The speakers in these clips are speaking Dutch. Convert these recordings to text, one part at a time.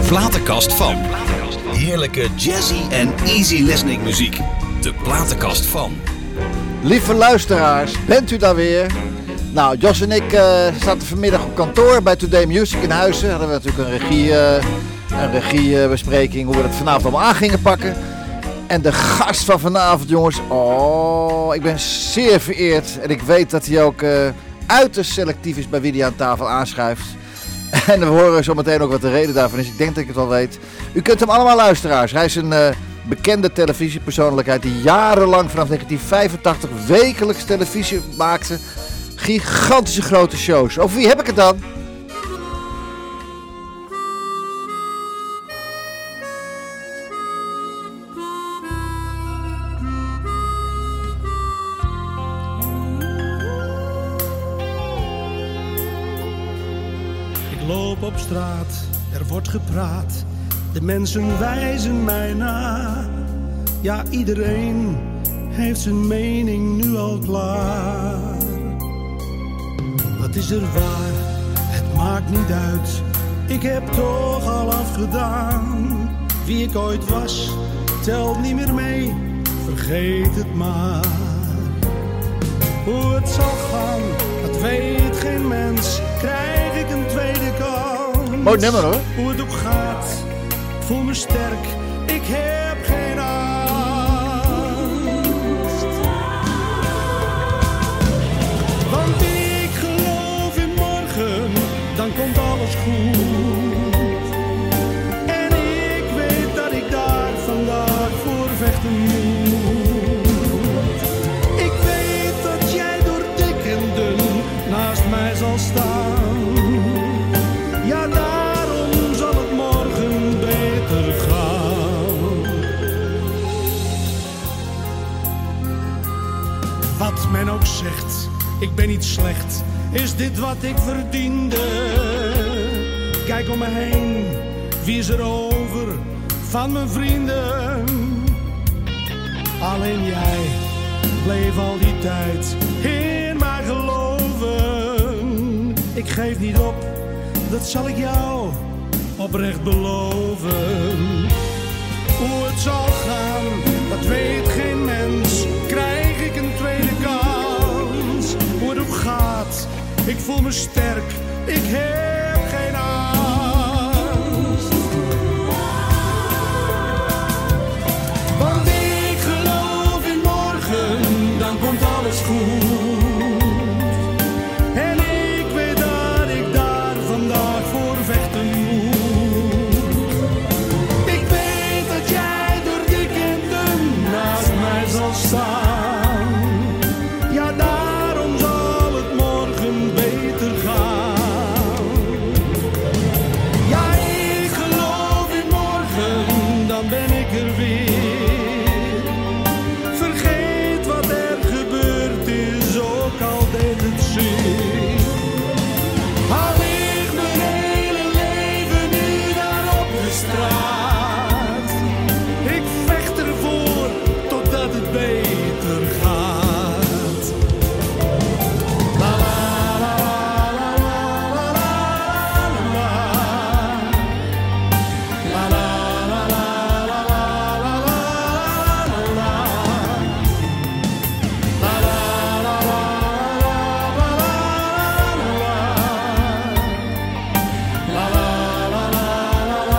platenkast van. Heerlijke jazzy en easy listening muziek. De platenkast van. Lieve luisteraars, bent u daar weer? Nou, Jos en ik zaten vanmiddag op kantoor bij Today Music in Huizen. Hadden we natuurlijk een regiebespreking hoe we het vanavond allemaal aan gingen pakken. En de gast van vanavond, jongens, ik ben zeer vereerd. En ik weet dat hij ook uiterst selectief is bij wie hij aan tafel aanschuift. En we horen zo meteen ook wat de reden daarvan is. Ik denk dat ik het wel weet. U kunt hem allemaal, luisteraars. Hij is een bekende televisiepersoonlijkheid die jarenlang vanaf 1985 wekelijks televisie maakte. Gigantische grote shows. Over wie heb ik het dan? Ik loop op straat, er wordt gepraat. De mensen wijzen mij na. Ja, iedereen heeft zijn mening nu al klaar. Wat is er waar? Het maakt niet uit. Ik heb toch al afgedaan. Wie ik ooit was, telt niet meer mee. Vergeet het maar. Hoe het zal gaan, dat weet geen mens. Krijg ik een tweede kans? Mooi nummer hoor. Hoe het ook gaat, ik voel me sterk. Ik heb geen angst. Want ik geloof in morgen, dan komt alles goed. En ik weet dat ik daar vandaag voor vechten moet. Ik weet dat jij door dik en dun naast mij zal staan. Ja, daarom zal het morgen beter gaan. Wat men ook zegt, ik ben niet slecht. Is dit wat ik verdiende? Kijk om me heen, wie is er over van mijn vrienden? Alleen jij bleef al die tijd in mij geloven. Ik geef niet op, dat zal ik jou oprecht beloven. Hoe het zal gaan, dat weet geen mens. Krijg ik een tweede kans? Hoe het ook gaat, ik voel me sterk. Ik heb geen angst. Want ik geloof in morgen, dan komt alles goed. En ik weet dat ik daar vandaag voor vechten moet. Ik weet dat jij door dik en dun naast mij zal staan. Ja, daarom zal het morgen beter gaan. Ja, ik geloof in morgen, dan ben ik er weer. Vergeet wat er gebeurd is, ook al deed het zeer. Al ligt mijn hele leven nu daar op de straat. Ik vecht ervoor totdat het beter gaat. La la la la la la la la. La la la la la la la la la. La la la la la la la la. La la la la la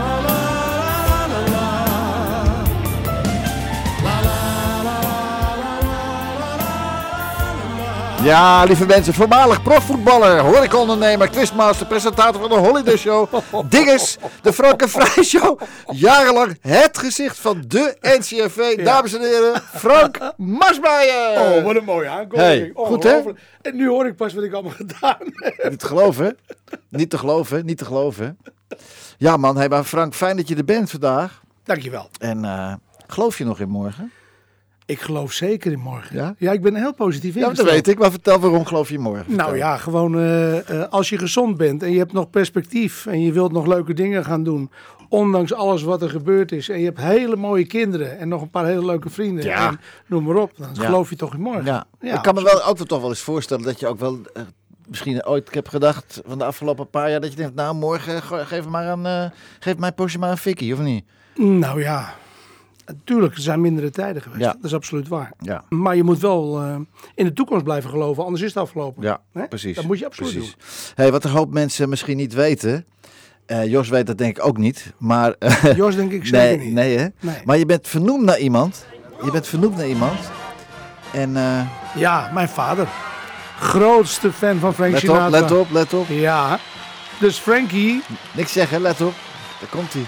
Ja, lieve mensen, voormalig profvoetballer, horecaondernemer, quizmaster, presentator van de Holiday Show, Dinges, de Frank en Vrij Show. Jarenlang het gezicht van de NCRV. Ja. Dames en heren, Frank Masmeijer. Oh, wat een mooie aankondiging. Hey, goed, hè? Ongelooflijk. En nu hoor ik pas wat ik allemaal gedaan heb. Niet te geloven, hè? Niet te geloven, niet te geloven. Ja man, hey, maar Frank, fijn dat je er bent vandaag. Dankjewel. En geloof je nog in morgen? Ik geloof zeker in morgen. Ja? Ja, ik ben heel positief Ja, dat ingesteld. weet ik, maar vertel waarom geloof je in morgen? Nou Vertel. ja, gewoon als je gezond bent en je hebt nog perspectief en je wilt nog leuke dingen gaan doen, ondanks alles wat er gebeurd is, en je hebt hele mooie kinderen en nog een paar hele leuke vrienden, Ja. en noem maar op, dan Ja. geloof je toch in morgen. Ja. Ja, Ik kan me wel ook toch wel eens voorstellen dat je ook wel misschien ooit heb gedacht van de afgelopen paar jaar dat je denkt, nou morgen geef mijn Porsche maar een fikkie, of niet? Nou ja, natuurlijk, er zijn mindere tijden geweest. Ja. Dat is absoluut waar. Ja. Maar je moet wel in de toekomst blijven geloven, anders is het afgelopen. Ja, Hè? precies. Dat moet je absoluut doen. Hey, wat een hoop mensen misschien niet weten. Jos weet dat denk ik ook niet. Maar, Jos denk ik zeker niet. Nee, hè? Nee. Maar je bent vernoemd naar iemand. En Ja, mijn vader. Grootste fan van Frank Sinatra. let op. Ja, dus Frankie... Niks zeggen, let op. Daar komt hij.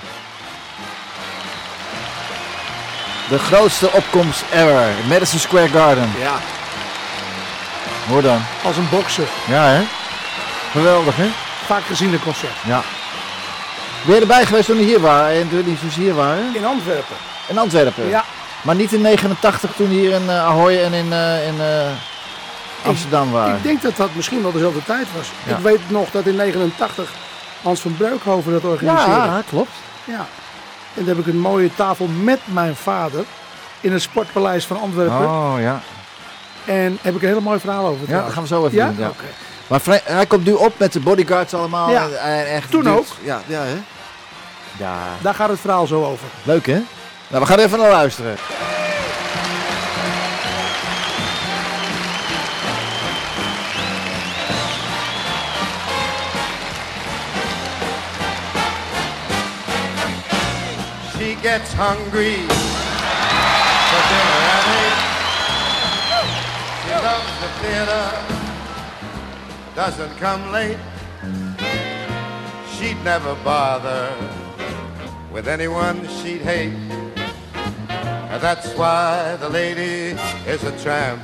De grootste opkomst ever. Madison Square Garden. Ja, Hoor dan. als een bokser. Ja, hè? Geweldig, hè? Vaak gezien een concert. Ja. Ben je erbij geweest toen die hier waren? En toen die hier waren? In Antwerpen. In Antwerpen? Ja. Maar niet in 89 toen hier in Ahoy en in Amsterdam waren? Ik denk dat dat misschien wel dezelfde tijd was. Ja. Ik weet nog dat in 89 Hans van Breukhoven dat organiseerde. Ja, klopt. Ja. En dan heb ik een mooie tafel met mijn vader in het Sportpaleis van Antwerpen. Oh, ja. En heb ik een hele mooi verhaal over Ja, verteld. dat gaan we zo even Ja? doen. Ja. Oké. Maar hij komt nu op met de bodyguards allemaal. Ja. En echt Toen ook. Ja, hè? Ja. Daar gaat het verhaal zo over. Leuk, hè? Nou, we gaan er even naar luisteren. She gets hungry for dinner at 8. She loves the theater, doesn't come late. She'd never bother with anyone she'd hate. And that's why the lady is a tramp.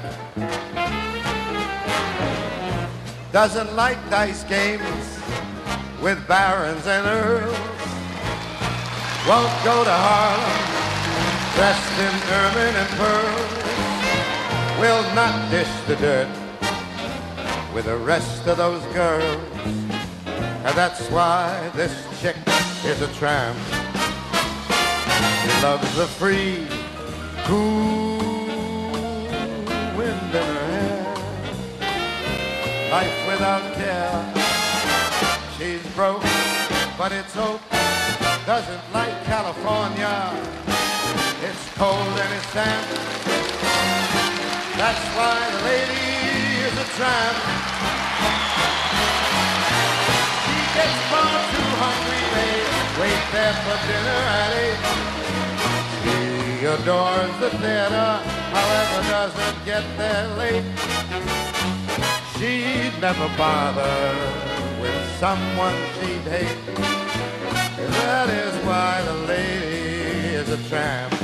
Doesn't like dice games with barons and earls. Won't go to Harlem dressed in ermine and pearls. Will not dish the dirt with the rest of those girls. And that's why this chick is a tramp. She loves the free, cool wind in her hair. Life without care. She's broke, but it's hope. Doesn't like California. It's cold and it's damp. That's why the lady is a tramp. She gets far too hungry, babe. Wait there for dinner at 8. She adores the theater, however doesn't get there late. She'd never bother with someone she'd hate. That is why the lady is a tramp.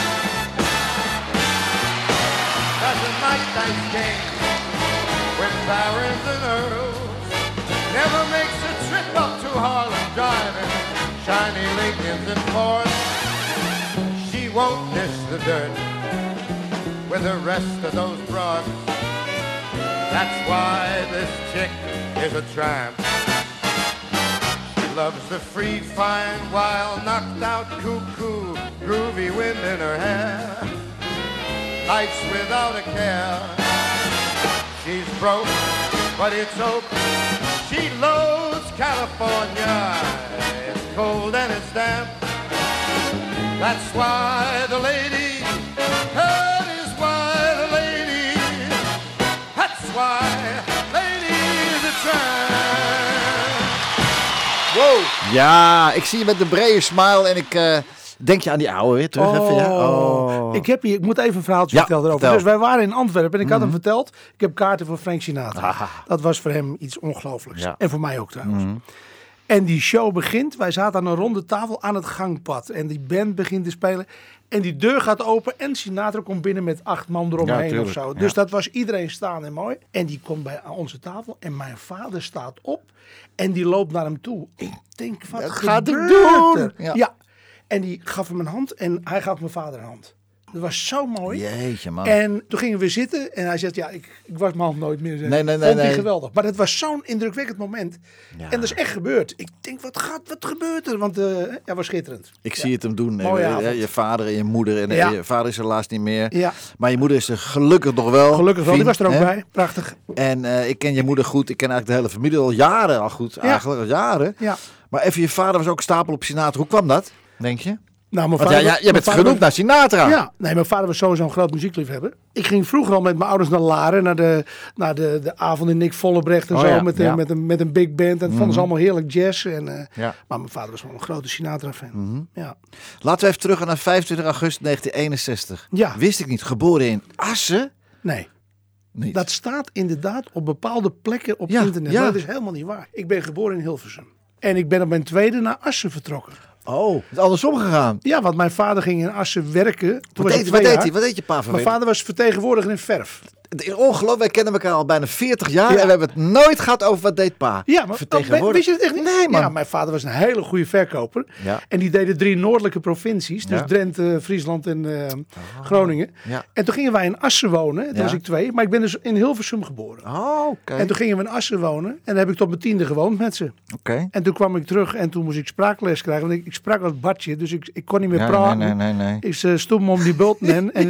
Doesn't like dice games with barons and earls. Never makes a trip up to Harlem driving shiny Lincolns and Fords. She won't dish the dirt with the rest of those broads. That's why this chick is a tramp. Loves the free, fine, wild, knocked out, cuckoo, groovy wind in her hair. Life's without a care. She's broke, but it's open. She loathes California. It's cold and it's damp. That's why the lady, that is why the lady, that's why lady is a tramp. Wow. Ja, ik zie je met de brede smile en ik denk je aan die oude weer terug even. Ja? Oh. Ik moet even een verhaaltje vertellen erover. vertel. Dus wij waren in Antwerpen en ik had hem verteld. Ik heb kaarten voor Frank Sinatra. Ah. Dat was voor hem iets ongelooflijks. Ja. En voor mij ook trouwens. En die show begint. Wij zaten aan een ronde tafel aan het gangpad. En die band begint te spelen. En die deur gaat open. En Sinatra komt binnen met 8 man eromheen tuurlijk. of zo. Ja. Dus dat was iedereen staan en mooi. En die komt bij onze tafel. En mijn vader staat op. En die loopt naar hem toe. Ik denk, wat gaat hij gebeurt doen? er? Ja. Ja. En die gaf hem een hand. En hij gaf mijn vader een hand. Dat was zo mooi. Jeetje, man. En toen gingen we zitten en hij zegt, ja, ik was mijn hand nooit meer. Nee. Vond hij geweldig. Maar het was zo'n indrukwekkend moment. Ja. En dat is echt gebeurd. Ik denk, wat gebeurt er? Want hij was schitterend. Ik zie het hem doen. Mooie avond. Je vader en je moeder. En Ja. je vader is helaas niet meer. Ja. Maar je moeder is er gelukkig nog wel. Gelukkig wel, die was er ook hè? bij. Prachtig. En ik ken je moeder goed. Ik ken eigenlijk de hele familie al jaren al goed. Eigenlijk al jaren. Ja. Maar even, je vader was ook stapel op Sinatra. Hoe kwam dat, denk je? Nou, mijn Want vader, je mijn bent vader genoemd naar Sinatra. Ja, nee, mijn vader was sowieso een groot muziekliefhebber. Ik ging vroeger al met mijn ouders naar Laren, naar de avond in Nick Vollebrecht en Oh zo, ja, met een big band. En dat vonden ze allemaal heerlijk jazz. Ja. Maar mijn vader was wel een grote Sinatra-fan. Ja. Laten we even terug gaan naar 25 augustus 1961. Ja. Wist ik niet. Geboren in Assen? Nee, Niet. dat staat inderdaad op bepaalde plekken op Ja, internet. ja. Maar dat is helemaal niet waar. Ik ben geboren in Hilversum. En ik ben op mijn tweede naar Assen vertrokken. Oh, het is andersom gegaan. Ja, want mijn vader ging in Assen werken. Toen was ik Wat 2 deed jaar. hij? Wat deed je pa van Mijn vader was vertegenwoordiger in verf. Het is ongelooflijk. Wij kennen elkaar al bijna 40 jaar. Ja. En we hebben het nooit gehad over wat deed pa. Ja, maar wist je het echt niet? Nee, man. Ja, mijn vader was een hele goede verkoper. Ja. En die deed de 3 noordelijke provincies. Dus Ja. Drenthe, Friesland en Groningen. Ja. En toen gingen wij in Assen wonen. Toen Ja. was ik 2. Maar ik ben dus in Hilversum geboren. Oh, oké. En toen gingen we in Assen wonen. En dan heb ik tot mijn 10e gewoond met ze. Oké. En toen kwam ik terug en toen moest ik spraakles krijgen. Want ik sprak als Bartje, dus ik kon niet meer Ja, praten. nee. Ik stond me om die bult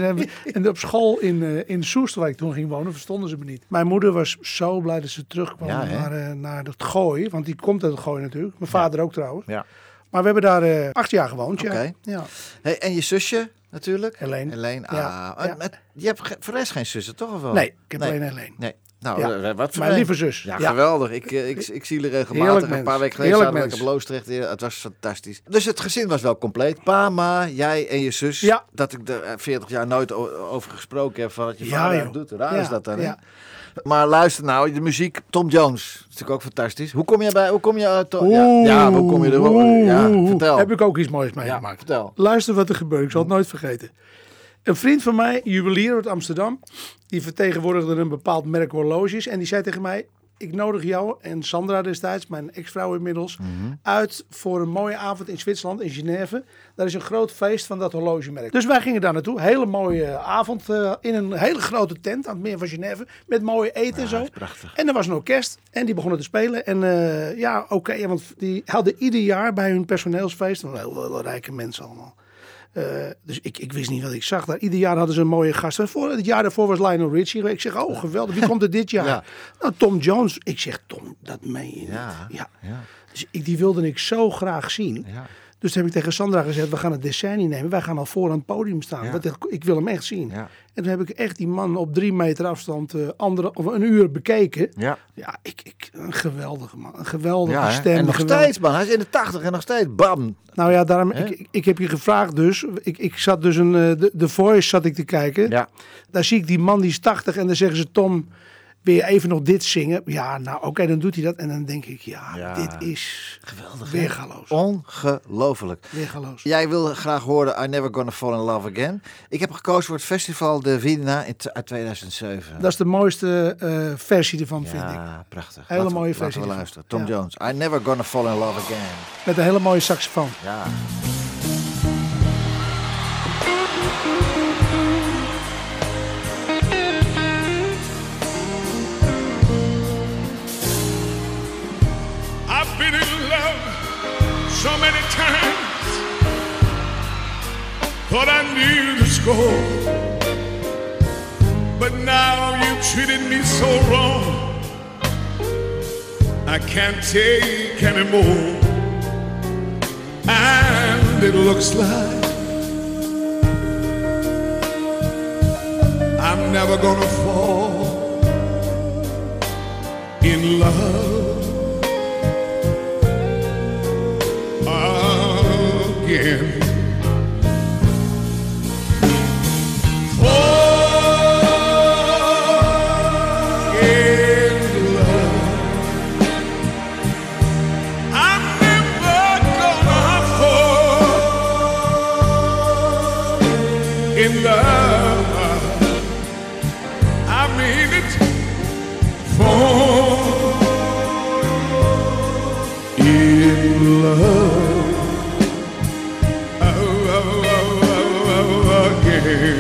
en op school in Soest, waar ik toen ging wonen, verstonden ze me niet. Mijn moeder was zo blij dat ze terugkwam Ja, hè? naar het Gooi. Want die komt uit het Gooi natuurlijk. Mijn vader ook trouwens. Ja. Maar we hebben daar 8 jaar gewoond, ja. Oké. Ja. Hey, en je zusje natuurlijk? Helene. Ah. Ja. Je hebt voor de rest geen zussen, toch? Of wel? Nee, ik heb alleen Helene. Nee. Nou, Ja. wat voor Mijn een? lieve zus. Ja, Ja. geweldig. Ik zie er regelmatig. Heerlijk Een mens. paar weken geleden Heerlijk zaten we mens. op Loosdrecht. Het was fantastisch. Dus het gezin was wel compleet. Pa, ma, jij en je zus. Ja. Dat ik er 40 jaar nooit over gesproken heb van wat je Ja, vader joh. doet. Raar Ja, is dat dan, hè? ja. Maar luister nou, de muziek, Tom Jones, dat is natuurlijk ook fantastisch. Hoe kom je bij, hoe kom je uit... hoe kom je er... Ja, vertel. Heb ik ook iets moois Ja, meegemaakt. vertel. Luister wat er gebeurt, ik zal het nooit vergeten. Een vriend van mij, juwelier uit Amsterdam, die vertegenwoordigde een bepaald merk horloges. En die zei tegen mij, ik nodig jou en Sandra destijds, mijn ex-vrouw inmiddels, uit voor een mooie avond in Zwitserland, in Genève. Daar is een groot feest van dat horlogemerk. Dus wij gingen daar naartoe. Hele mooie avond in een hele grote tent aan het meer van Genève. Met mooi eten en zo. prachtig. En er was een orkest en die begonnen te spelen. En want die hadden ieder jaar bij hun personeelsfeest, heel rijke mensen allemaal. Dus ik wist niet wat ik zag daar. Ieder jaar hadden ze een mooie gast. Het jaar daarvoor was Lionel Richie. Ik zeg, oh geweldig, wie komt er dit jaar? Ja. Nou, Tom Jones. Ik zeg, Tom, dat meen je niet. Ja. Dus die wilde ik zo graag zien. Ja. Dus toen heb ik tegen Sandra gezegd, we gaan het dessin niet nemen. Wij gaan al voor aan het podium staan. Ja. Want ik wil hem echt zien. Ja. En toen heb ik echt die man op 3 meter afstand een uur bekeken. Ja. Ja, een geweldige man. Een geweldige Ja, stem. en nog geweldig. steeds, man. Hij is in de 80 en nog steeds. Bam. Nou ja, daarom, Hè? ik heb je gevraagd dus. Ik zat dus The Voice zat ik te kijken. Ja. Daar zie ik die man die is 80 en dan zeggen ze, Tom, wil je even nog dit zingen? Ja, nou oké, dan doet hij dat. En dan denk ik, Ja. dit is Geweldig. weergaloos. Ongelooflijk. Weergaloos. Jij wil graag horen I Never Gonna Fall in Love Again. Ik heb gekozen voor het festival De Wiener uit 2007. Dat is de mooiste versie ervan, vind ik. Ja, prachtig. Hele Laten we- mooie laten versie we ervan. luisteren. Tom Ja. Jones. I Never Gonna Fall in Love Again. Met een hele mooie saxofoon. Ja. I've been in love so many times, thought I knew the score, but now you treated me so wrong, I can't take anymore, and it looks like I'm never gonna fall in love again. Fall in love. I'm never gonna fall in love. I mean it. Fall in love. Again.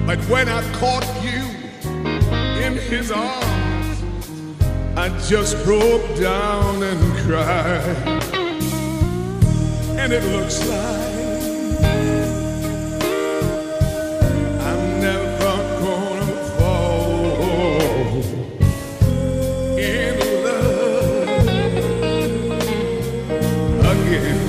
But when I caught you in his arms, I just broke down and cried. And it looks like I'm never gonna fall in love again.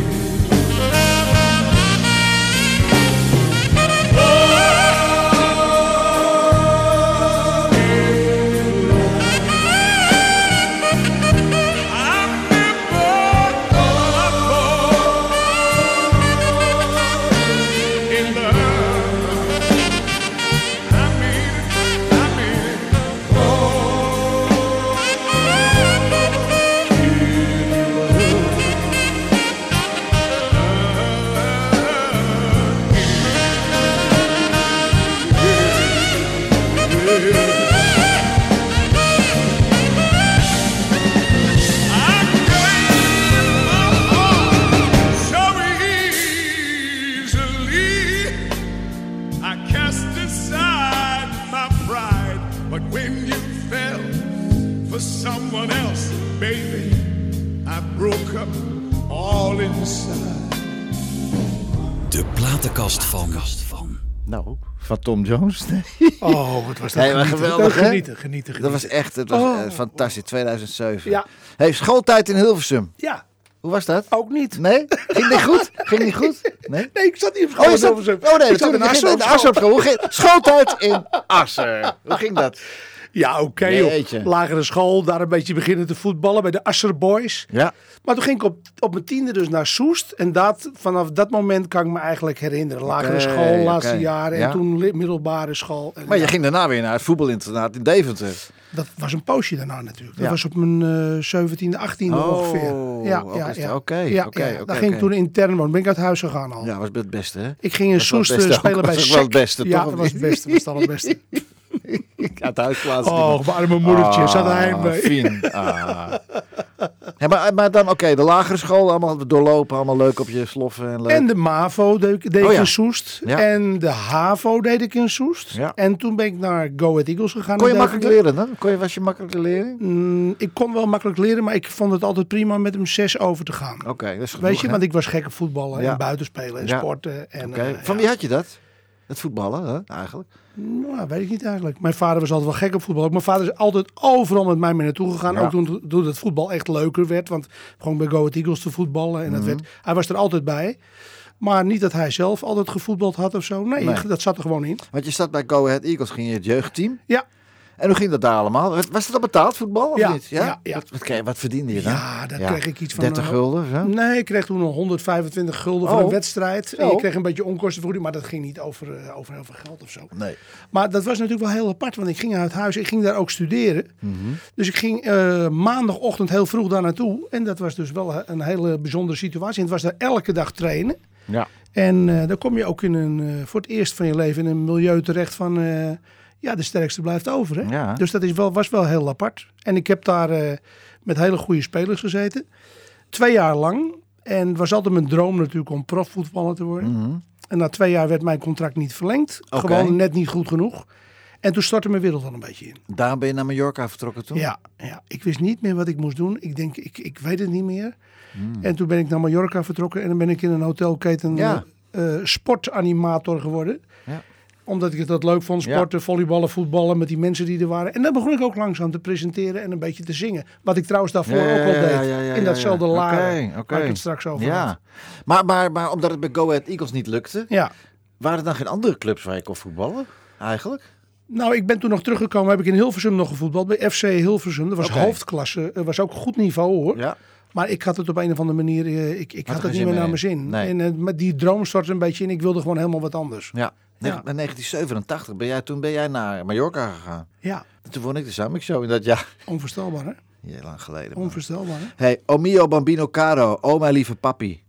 Someone else, baby, I broke up all inside. De platenkast van... Nou, van Tom Jones. Oh, wat was dat Nee, maar geweldig, hè? Genieten. Dat was echt, het was fantastisch, 2007. Ja. Hey, schooltijd in Hilversum. Ja, Hoe was dat? ook niet. Nee? Ging niet goed? Ging niet goed? Nee? Nee, ik zat niet op school. Oh, je zat, nee, ik zat in Assen op Assen op school. Hoe ging, schooltijd in Assen. Hoe ging dat? Ja, oké. Jeetje. Lagere school, daar een beetje beginnen te voetballen bij de Asser Boys. Ja. Maar toen ging ik op mijn 10e dus naar Soest. En vanaf dat moment kan ik me eigenlijk herinneren. Lagere school, laatste jaren. Ja. En toen middelbare school. En Maar je ging daarna weer naar het voetbalinternaat in Deventer. dat was een poosje daarna natuurlijk. Dat Ja. was op mijn 17e, 18e ongeveer. Oké. Daar ging ik toen intern wonen. Ben ik uit huis gegaan al. Ja, was het beste, hè? Ik ging in Dat was Soest wel het beste spelen ook. bij Dat was SEC. wel het beste, Ja, toch? dat was het beste. Dat was het allerbeste. Uit huis plaatsen. Oh, mijn arme moedertje. Zat er heimwee. Fien. Ja, maar dan, oké, de lagere school, allemaal doorlopen, allemaal leuk op je sloffen en leuk. En de MAVO deed ik ja. in Soest. Ja. En de HAVO deed ik in Soest. Ja. En toen ben ik naar Go Ahead Eagles gegaan. Kon je in makkelijk Deventer. leren dan? Was je makkelijk te leren? Ik kon wel makkelijk leren, maar ik vond het altijd prima met hem 6 over te gaan. Oké, dat is goed. Weet je, want ik was gek op voetballen Ja. en buitenspelen en Ja. sporten. En, Van wie had je dat? Het voetballen, hè, eigenlijk? Nou, weet ik niet eigenlijk. Mijn vader was altijd wel gek op voetbal. Ook mijn vader is altijd overal met mij mee naartoe gegaan. Ja. Ook toen het voetbal echt leuker werd. Want gewoon bij Go Ahead Eagles te voetballen. En hij was er altijd bij. Maar niet dat hij zelf altijd gevoetbald had of zo. Nee. Dat zat er gewoon in. Want je zat bij Go Ahead Eagles, ging je het jeugdteam. Ja. En hoe ging dat daar allemaal? Was het al betaald voetbal of Ja, niet? ja. Wat verdiende je dan? Ja, daar kreeg ik iets van 30 gulden? Zo? Nee, ik kreeg toen nog 125 gulden voor een wedstrijd. En Zo. je kreeg een beetje onkostenvergoeding, maar dat ging niet over heel veel geld of zo. Nee. Maar dat was natuurlijk wel heel apart, want ik ging uit huis. Ik ging daar ook studeren. Dus ik ging maandagochtend heel vroeg daar naartoe. En dat was dus wel een hele bijzondere situatie. En het was daar elke dag trainen. Ja. En dan kom je ook voor het eerst van je leven in een milieu terecht van... de sterkste blijft over. Hè? Ja. Dus dat was wel heel apart. En ik heb daar met hele goede spelers gezeten. 2 jaar lang. En het was altijd mijn droom natuurlijk om profvoetballer te worden. En na 2 jaar werd mijn contract niet verlengd. Oké. Gewoon net niet goed genoeg. En toen stortte mijn wereld al een beetje in. Daarom ben je naar Mallorca vertrokken toen? Ja, ik wist niet meer wat ik moest doen. Ik denk, ik weet het niet meer. En toen ben ik naar Mallorca vertrokken. En dan ben ik in een hotelketen sportanimator geworden. Ja. Omdat ik het leuk vond, sporten, volleyballen, voetballen met die mensen die er waren. En dan begon ik ook langzaam te presenteren en een beetje te zingen. Wat ik trouwens daarvoor ook al deed. In datzelfde laar waar ik het straks over had. Maar omdat het bij Go Ahead Eagles niet lukte, Ja. waren er dan geen andere clubs waar je kon voetballen? Eigenlijk? Nou, ik ben toen nog teruggekomen. Heb ik in Hilversum nog gevoetbald. Bij FC Hilversum. Dat was Oké. hoofdklasse. Dat was ook goed niveau hoor. Ja. Maar ik had het op een of andere manier... Ik had het niet meer naar mijn zin. Nee. En met die droom stortte een beetje in. Ik wilde gewoon helemaal wat anders. Ja. Ja. In 1987 ben jij naar Mallorca gegaan. Ja, En toen won ik de Summit Show in dat jaar. onvoorstelbaar hè? Heel lang geleden. man. Onvoorstelbaar hè? Hey, O mio bambino caro, o mijn lieve papi.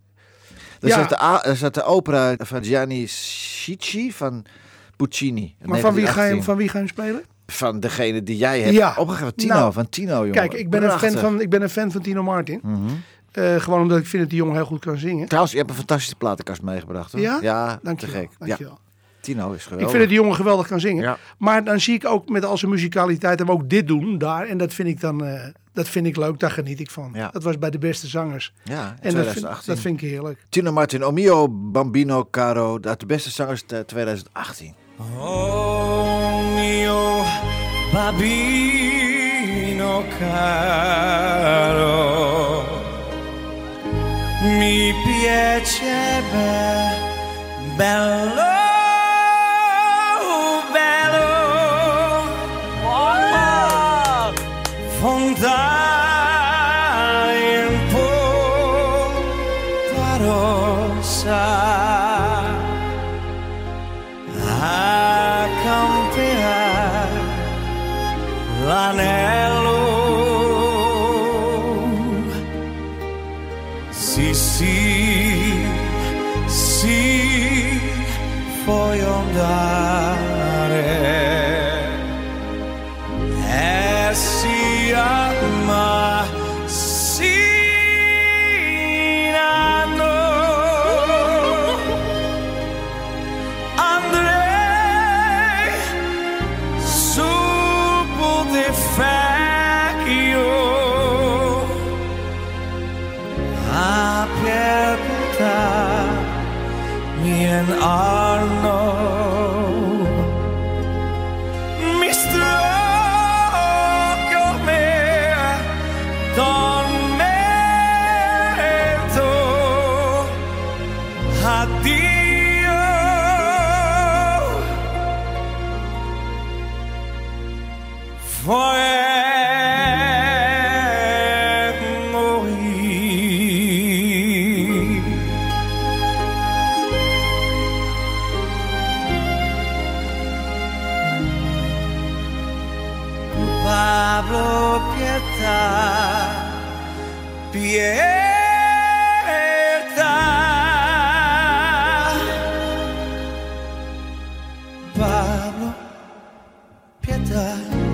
Daar zat de opera van Gianni Schicchi van Puccini. Maar van wie ga je 1918. hem spelen? Van degene die jij hebt Ja. opgegeven. Tino, Nou, van Tino, jongen. Kijk, ik ben Prachtig. een fan van Tino Martin. Gewoon omdat ik vind dat die jongen heel goed kan zingen. Trouwens, je hebt een fantastische platenkast meegebracht, hoor. Ja? Ja, te Dankjewel. gek. Dankjewel. Tino is Ik geweldig. vind dat die jongen geweldig kan zingen. Ja. Maar dan zie ik ook met al zijn musicaliteit hem ook dit doen daar. En dat vind ik dan dat vind ik leuk, daar geniet ik van. Ja. Dat was bij de beste zangers. Ja, in En 2018. dat vind ik heerlijk. Tino Martin, O mio bambino caro, uit de beste zangers 2018. Oh mio bambino caro, mi piacerebbe bello, bello, fontana in Punta Rossa. A campear l'anello, sì, sì, sì, voglio andare e si ama, sì, no. Andrei su Butefecchio a perguntar-me in Arno. Mi strocco me tormento. Addio. Fue morir. Pablo Pietà, Pietà, Pablo Pietà,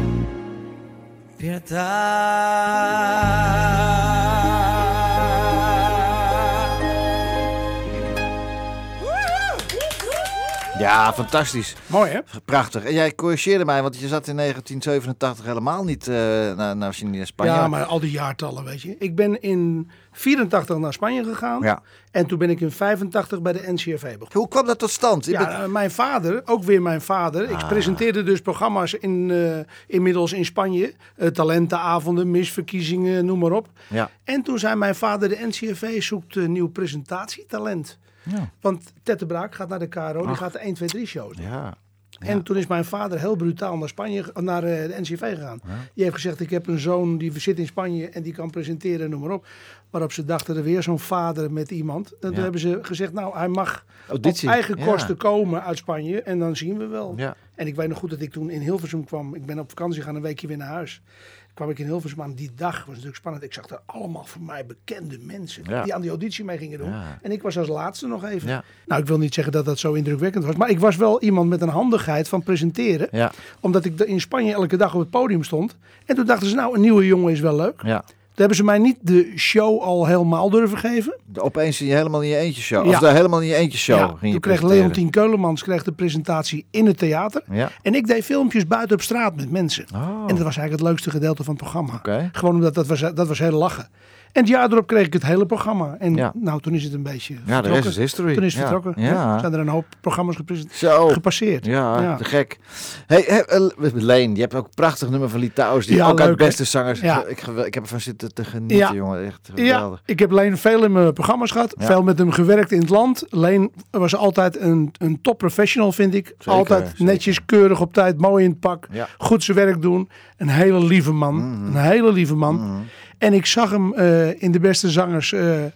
Ja, fantastisch. Mooi hè? Prachtig. En jij corrigeerde mij, want je zat in 1987 helemaal niet naar Spanje. Ja, maar al die jaartallen, weet je. Ik ben in 84 naar Spanje gegaan. Ja. En toen ben ik in 85 bij de NCRV begonnen. Hoe kwam dat tot stand? Je bent- Ja, mijn vader, ook weer mijn vader. Ik presenteerde dus programma's inmiddels in Spanje. Talentenavonden, misverkiezingen, noem maar op. Ja. En toen zei mijn vader, de NCRV zoekt nieuw presentatietalent. Ja. Want Ted de Braak gaat naar de KRO, die gaat de 1, 2, 3 shows. Ja. En toen is mijn vader heel brutaal naar de NCV gegaan. Die heeft gezegd, ik heb een zoon die zit in Spanje en die kan presenteren, noem maar op. Waarop ze dachten, er weer zo'n vader met iemand. En toen hebben ze gezegd, nou hij mag Auditie. op eigen Ja. kosten komen uit Spanje en dan zien we wel. Ja. En ik weet nog goed dat ik toen in Hilversum kwam. Ik ben op vakantie gaan, een weekje weer naar huis. Kwam ik in Hilversum aan, die dag was natuurlijk spannend. Ik zag daar allemaal voor mij bekende mensen Ja. die aan die auditie mee gingen doen. Ja. En ik was als laatste nog even. Ja. Nou, ik wil niet zeggen dat dat zo indrukwekkend was. Maar ik was wel iemand met een handigheid van presenteren. Ja. Omdat ik in Spanje elke dag op het podium stond. En toen dachten ze, nou, een nieuwe jongen is wel leuk. Ja. Toen hebben ze mij niet de show al helemaal durven geven. Opeens zie je helemaal in je eentje show. Ja. Of daar helemaal in je eentje show. Ja, ging je toen kreeg presenteren. Leontien Keulemans de presentatie in het theater. Ja. En ik deed filmpjes buiten op straat met mensen. Oh. En dat was eigenlijk het leukste gedeelte van het programma. Oké. Gewoon omdat dat was heel lachen. En het jaar erop kreeg ik het hele programma. En Ja. nou, toen is het een beetje Ja, de vertrokken. rest is history. Toen is het Ja. vertrokken. Ja. Ja. Zijn er een hoop programma's Zo. gepasseerd. Ja, te gek. Hey, Leen, je hebt ook een prachtig nummer van Litouwers. Die Ja, ook uit leuk, beste hè? zangers. Ja. Ik heb ervan zitten te genieten, Ja. jongen. Echt Ja, geweldig. ik heb Leen veel in mijn programma's gehad. Ja. Veel met hem gewerkt in het land. Leen was altijd een top professional, vind ik. Altijd zeker. netjes, keurig op tijd, mooi in het pak. Ja. Goed zijn werk doen. Een hele lieve man. Een hele lieve man. En ik zag hem in de beste zangers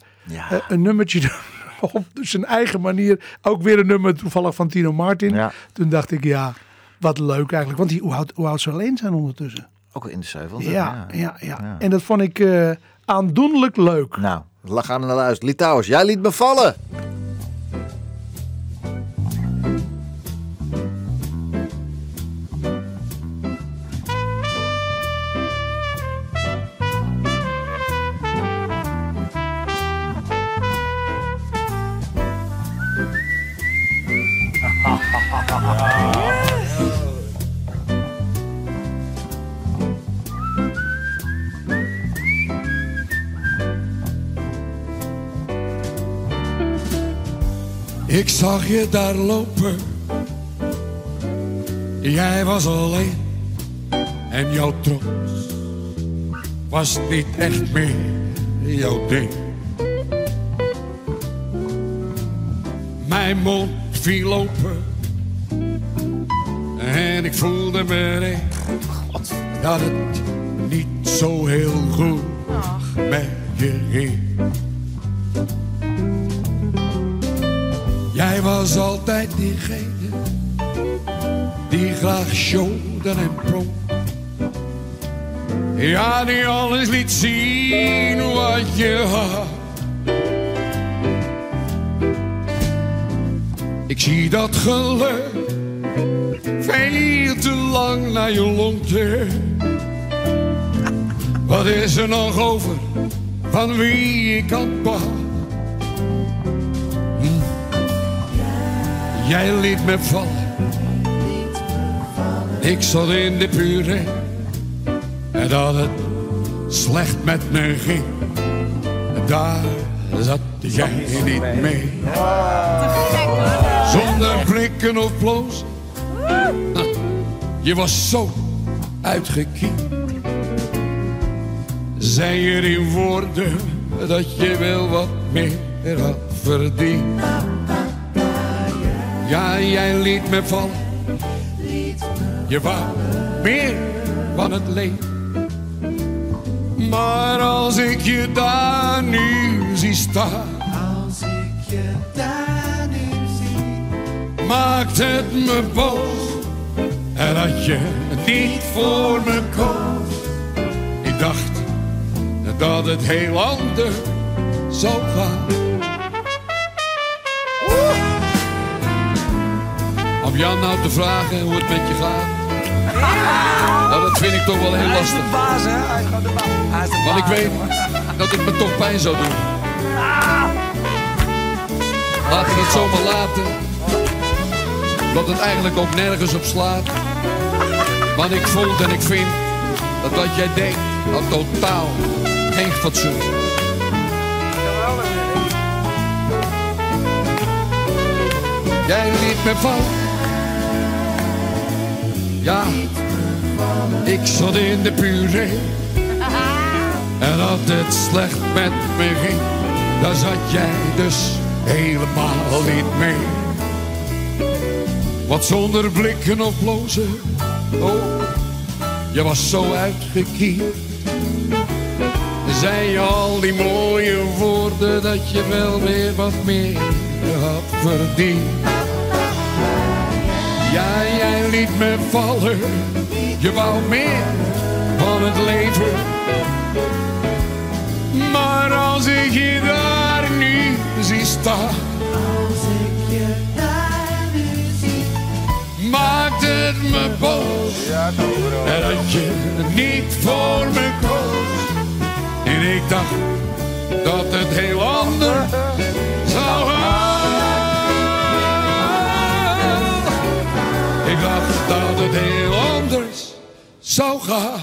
een nummertje doen. Op zijn eigen manier. Ook weer een nummer toevallig van Tino Martin. Ja. Toen dacht ik, ja, wat leuk eigenlijk. Want hoe oud zou Leen zijn ondertussen? Ook al in de 70. Ja. En dat vond ik aandoenlijk leuk. Nou, we gaan er naar luisteren. Litouwers, jij liet me vallen. Ik zag je daar lopen. Jij was alleen. En jouw trots was niet echt meer jouw ding. Mijn mond viel open. En ik voelde me dat het niet zo heel goed met je ging. Jij was altijd diegene die graag showde en prong. Ja, die alles liet zien wat je had. Ik zie dat geluk veel te lang naar je longte. Wat is er nog over van wie ik had behad? Jij liet me vallen. Ik zat in de puree. En dat het slecht met me ging. Daar zat jij niet mee. Zonder blikken of blozen. Je was zo uitgekiend. Zei je in woorden dat je wel wat meer had verdiend. Ja, jij liet me vallen. Je wou meer van het leven. Maar als ik je daar nu zie staan, maakt het me boos. En dat je niet voor me koos. Ik dacht dat het heel anders zou gaan. Om Jan nou te vragen hoe het met je gaat. Nou, dat vind ik toch wel heel lastig. Hij is de baas, hè? Hij is gewoon de baas. Hij is de Want ik baas, weet jongen. dat het me toch pijn zou doen. Laat ik het zomaar laten. Dat het eigenlijk ook nergens op slaat. Want ik vond en ik vind dat wat jij deed had totaal geen fatsoen. Jij liet me vallen. Ja, ik zat in de puree. En dat het slecht met me ging, daar zat jij dus helemaal niet mee. Wat zonder blikken of blozen, oh, je was zo uitgekierd. Zei je al die mooie woorden dat je wel weer wat meer had verdiend. Ja, jij liet me vallen, je wou meer van het leven. Maar als ik je daar nu zie staan, maakt het me boos. En dat je niet voor me koos. En ik dacht dat het heel anders zou gaan. Ik dacht dat het heel anders zou gaan.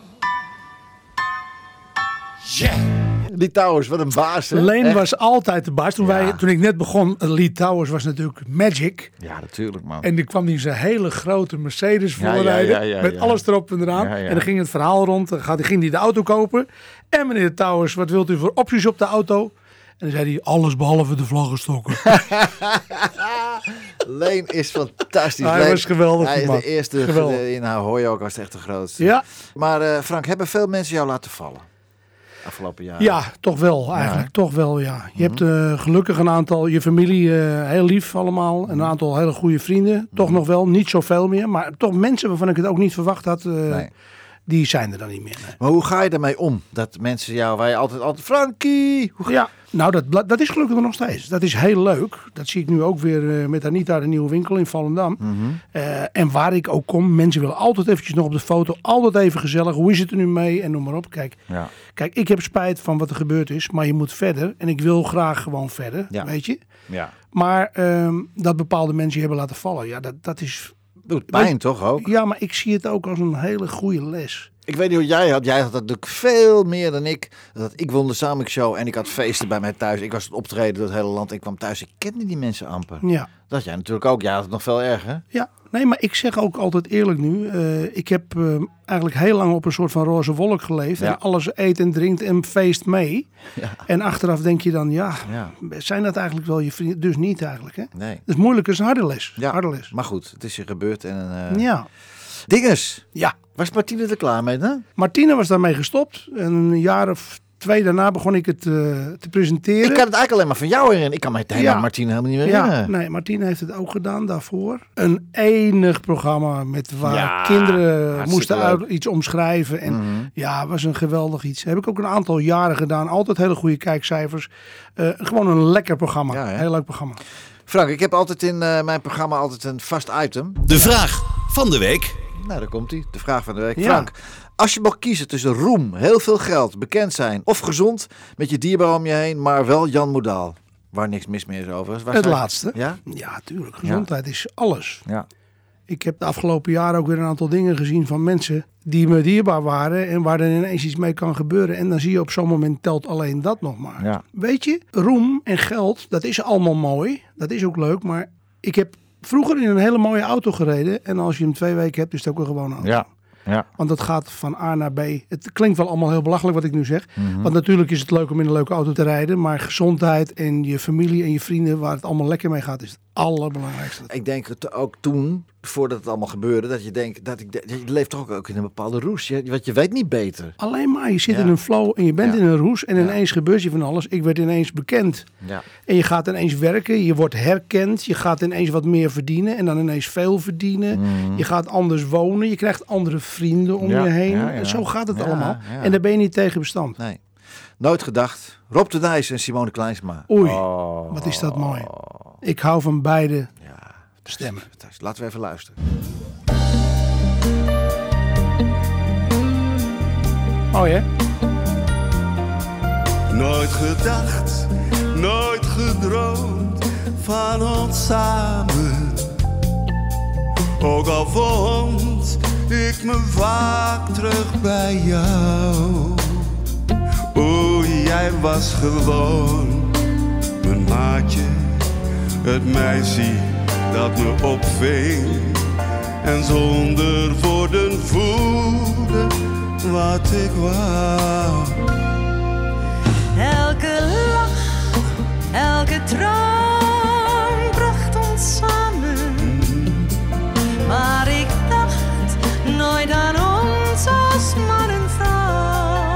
Yeah. Lee Towers, wat een baas. Hè? Leen Echt. was altijd de baas. Ja. Toen ik net begon, Lee Towers was natuurlijk Magic. Ja, natuurlijk, man. En die kwam die zijn hele grote Mercedes Ja, voorrijden. ja, met ja. alles erop en eraan. Ja, ja. En dan ging het verhaal rond. Dan ging hij de auto kopen. En meneer Towers, wat wilt u voor opties op de auto? En dan zei hij, alles behalve de vlaggenstokken. Leen is fantastisch. Hij Leen, was geweldig, Hij is man. de eerste. Geweldig. In haar hoor je ook als echt de grootste. Ja, Maar Frank, hebben veel mensen jou laten vallen? Afgelopen jaar. ja, toch wel eigenlijk. Toch wel, ja. Je hebt gelukkig een aantal, je familie heel lief allemaal. Een aantal hele goede vrienden. Toch nog wel, niet zoveel meer. Maar toch mensen waarvan ik het ook niet verwacht had. Nee. Die zijn er dan niet meer. Nee. Maar hoe ga je daarmee om? Dat mensen jou, waar je altijd Frankie! Ja, nou dat is gelukkig nog steeds. Dat is heel leuk. Dat zie ik nu ook weer met Anita, de nieuwe winkel in Volendam. En waar ik ook kom, mensen willen altijd eventjes nog op de foto. Altijd even gezellig. Hoe is het er nu mee? En noem maar op. Ja. Kijk, ik heb spijt van wat er gebeurd is. Maar je moet verder. En ik wil graag gewoon verder. Ja. Weet je? Ja. Maar dat bepaalde mensen je hebben laten vallen. Ja, dat is... Doet pijn toch ook? Ja, maar ik zie het ook als een hele goede les. Ik weet niet hoe jij had. Jij had natuurlijk veel meer dan ik. Ik won de Samik Show en ik had feesten bij mij thuis. Ik was het optreden door het hele land. Ik kwam thuis. Ik kende die mensen amper. Ja. Dat had jij natuurlijk ook. Jij had het nog veel erger. Ja, nee, maar ik zeg ook altijd eerlijk nu. Ik heb eigenlijk heel lang op een soort van roze wolk geleefd. Ja. En alles eet en drinkt en feest mee. Ja. En achteraf denk je dan, Ja. zijn dat eigenlijk wel je vrienden? Dus niet eigenlijk, hè? Nee. Dat is moeilijk, het is een harde les. Ja. Harde les. Maar goed, het is je gebeurd. En, Ja. Dinges. Ja. Was Martine er klaar mee, hè? Martine was daarmee gestopt. En een jaar of 2 daarna begon ik het te presenteren. Ik kan het eigenlijk alleen maar van jou herinneren. Ik kan me het hele Martine helemaal niet meer herinneren. Nee, Martine heeft het ook gedaan daarvoor. Een enig programma met waar Ja, kinderen hartstikke moesten leuk. iets omschrijven. En ja, was een geweldig iets. Heb ik ook een aantal jaren gedaan. Altijd hele goede kijkcijfers. Gewoon een lekker programma. Ja, hè? Heel leuk programma. Frank, ik heb altijd in mijn programma een vast item. De vraag van de week. Nou, daar komt hij. De vraag van de week. Ja. Frank, als je mag kiezen tussen roem, heel veel geld, bekend zijn of gezond met je dierbaar om je heen, maar wel Jan Modaal. Waar niks mis meer is overigens. Waar Het zou je- laatste. Ja? Ja, tuurlijk. Gezondheid is alles. Ja. Ik heb de afgelopen jaren ook weer een aantal dingen gezien van mensen die me dierbaar waren en waar er ineens iets mee kan gebeuren. En dan zie je op zo'n moment telt alleen dat nog maar. Ja. Weet je, roem en geld, dat is allemaal mooi. Dat is ook leuk, maar ik heb vroeger in een hele mooie auto gereden. En als je hem 2 weken hebt, is het ook een gewone auto. Ja. Ja. Want dat gaat van A naar B. Het klinkt wel allemaal heel belachelijk wat ik nu zeg. Want natuurlijk is het leuk om in een leuke auto te rijden. Maar gezondheid en je familie en je vrienden waar het allemaal lekker mee gaat, is het allerbelangrijkste. Ik denk het ook toen, voordat het allemaal gebeurde, dat je denkt, je leeft toch ook in een bepaalde roes. Want je weet niet beter. Alleen maar, je zit Ja. in een flow en je bent Ja. in een roes en ineens gebeurt je van alles. Ik werd ineens bekend Ja. en je gaat ineens werken, je wordt herkend, je gaat ineens wat meer verdienen en dan ineens veel verdienen. Je gaat anders wonen, je krijgt andere vrienden om Ja, je heen. ja, ja. En zo gaat het Ja, allemaal. ja. En daar ben je niet tegen bestand. Nee. Nooit gedacht. Rob de Nijs en Simone Kleinsma. Oei, Oh. wat is dat mooi. Ik hou van beide stemmen. Fantastisch. Laten we even luisteren. Mooi hè? Nooit gedacht, nooit gedroomd van ons samen. Ook al vond ik me vaak terug bij jou. Oeh, jij was gewoon mijn maatje, het meisje dat me opving en zonder woorden voelde wat ik wou. Elke lach, elke droom bracht ons samen. Maar ik dacht nooit aan ons als man en vrouw.